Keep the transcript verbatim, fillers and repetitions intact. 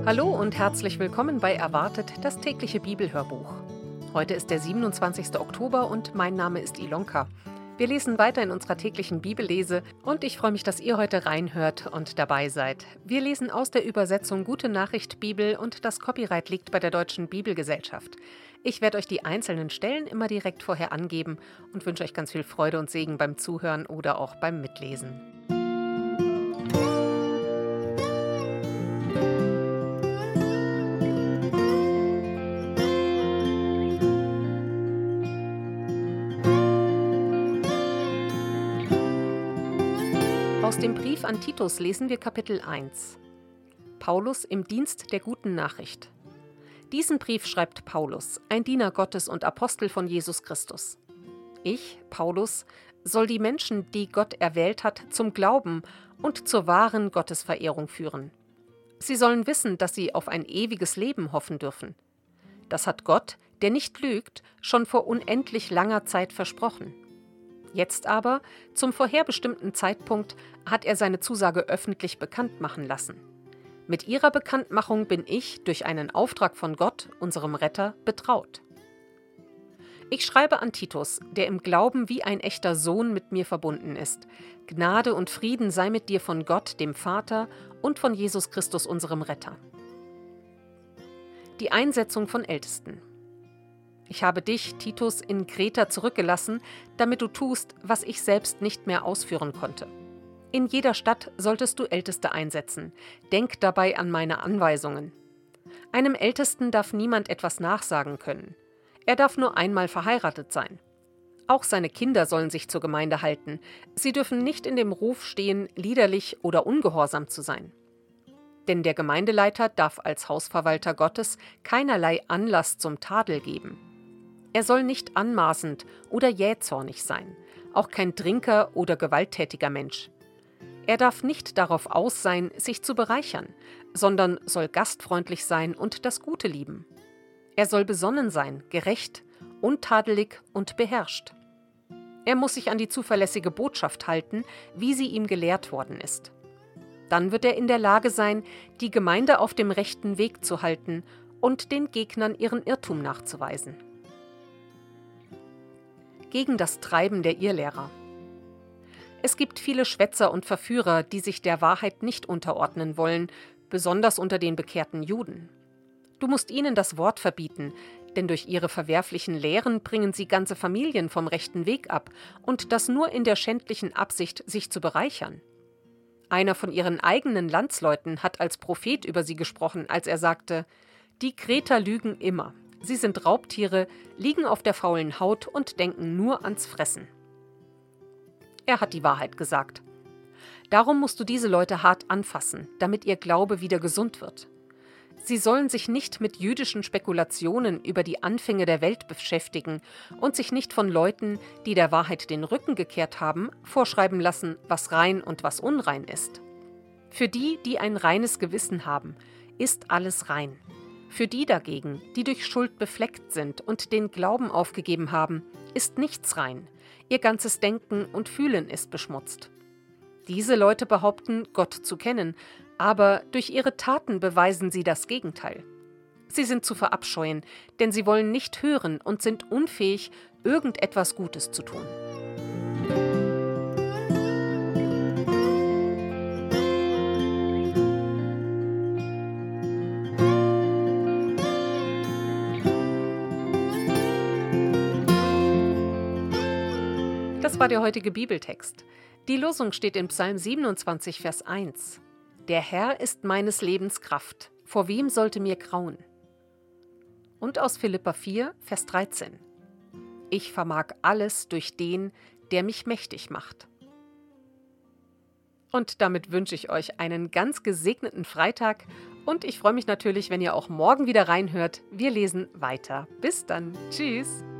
Hallo und herzlich willkommen bei Erwartet, das tägliche Bibelhörbuch. Heute ist der siebenundzwanzigste Oktober und mein Name ist Ilonka. Wir lesen weiter in unserer täglichen Bibellese und ich freue mich, dass ihr heute reinhört und dabei seid. Wir lesen aus der Übersetzung Gute Nachricht Bibel und das Copyright liegt bei der Deutschen Bibelgesellschaft. Ich werde euch die einzelnen Stellen immer direkt vorher angeben und wünsche euch ganz viel Freude und Segen beim Zuhören oder auch beim Mitlesen. Aus dem Brief an Titus lesen wir Kapitel eins. Paulus im Dienst der guten Nachricht. Diesen Brief schreibt Paulus, ein Diener Gottes und Apostel von Jesus Christus. Ich, Paulus, soll die Menschen, die Gott erwählt hat, zum Glauben und zur wahren Gottesverehrung führen. Sie sollen wissen, dass sie auf ein ewiges Leben hoffen dürfen. Das hat Gott, der nicht lügt, schon vor unendlich langer Zeit versprochen. Jetzt aber, zum vorherbestimmten Zeitpunkt, hat er seine Zusage öffentlich bekannt machen lassen. Mit ihrer Bekanntmachung bin ich durch einen Auftrag von Gott, unserem Retter, betraut. Ich schreibe an Titus, der im Glauben wie ein echter Sohn mit mir verbunden ist. Gnade und Frieden sei mit dir von Gott, dem Vater, und von Jesus Christus, unserem Retter. Die Einsetzung von Ältesten. Ich habe dich, Titus, in Kreta zurückgelassen, damit du tust, was ich selbst nicht mehr ausführen konnte. In jeder Stadt solltest du Älteste einsetzen. Denk dabei an meine Anweisungen. Einem Ältesten darf niemand etwas nachsagen können. Er darf nur einmal verheiratet sein. Auch seine Kinder sollen sich zur Gemeinde halten. Sie dürfen nicht in dem Ruf stehen, liederlich oder ungehorsam zu sein. Denn der Gemeindeleiter darf als Hausverwalter Gottes keinerlei Anlass zum Tadel geben. Er soll nicht anmaßend oder jähzornig sein, auch kein Trinker oder gewalttätiger Mensch. Er darf nicht darauf aus sein, sich zu bereichern, sondern soll gastfreundlich sein und das Gute lieben. Er soll besonnen sein, gerecht, untadelig und beherrscht. Er muss sich an die zuverlässige Botschaft halten, wie sie ihm gelehrt worden ist. Dann wird er in der Lage sein, die Gemeinde auf dem rechten Weg zu halten und den Gegnern ihren Irrtum nachzuweisen. Gegen das Treiben der Irrlehrer. Es gibt viele Schwätzer und Verführer, die sich der Wahrheit nicht unterordnen wollen, besonders unter den bekehrten Juden. Du musst ihnen das Wort verbieten, denn durch ihre verwerflichen Lehren bringen sie ganze Familien vom rechten Weg ab, und das nur in der schändlichen Absicht, sich zu bereichern. Einer von ihren eigenen Landsleuten hat als Prophet über sie gesprochen, als er sagte: Die Kreter lügen immer. Sie sind Raubtiere, liegen auf der faulen Haut und denken nur ans Fressen. Er hat die Wahrheit gesagt. Darum musst du diese Leute hart anfassen, damit ihr Glaube wieder gesund wird. Sie sollen sich nicht mit jüdischen Spekulationen über die Anfänge der Welt beschäftigen und sich nicht von Leuten, die der Wahrheit den Rücken gekehrt haben, vorschreiben lassen, was rein und was unrein ist. Für die, die ein reines Gewissen haben, ist alles rein. Für die dagegen, die durch Schuld befleckt sind und den Glauben aufgegeben haben, ist nichts rein. Ihr ganzes Denken und Fühlen ist beschmutzt. Diese Leute behaupten, Gott zu kennen, aber durch ihre Taten beweisen sie das Gegenteil. Sie sind zu verabscheuen, denn sie wollen nicht hören und sind unfähig, irgendetwas Gutes zu tun. Das war der heutige Bibeltext. Die Losung steht in Psalm siebenundzwanzig, Vers eins. Der Herr ist meines Lebens Kraft. Vor wem sollte mir grauen? Und aus Philipper vier, Vers dreizehn. Ich vermag alles durch den, der mich mächtig macht. Und damit wünsche ich euch einen ganz gesegneten Freitag und ich freue mich natürlich, wenn ihr auch morgen wieder reinhört. Wir lesen weiter. Bis dann. Tschüss.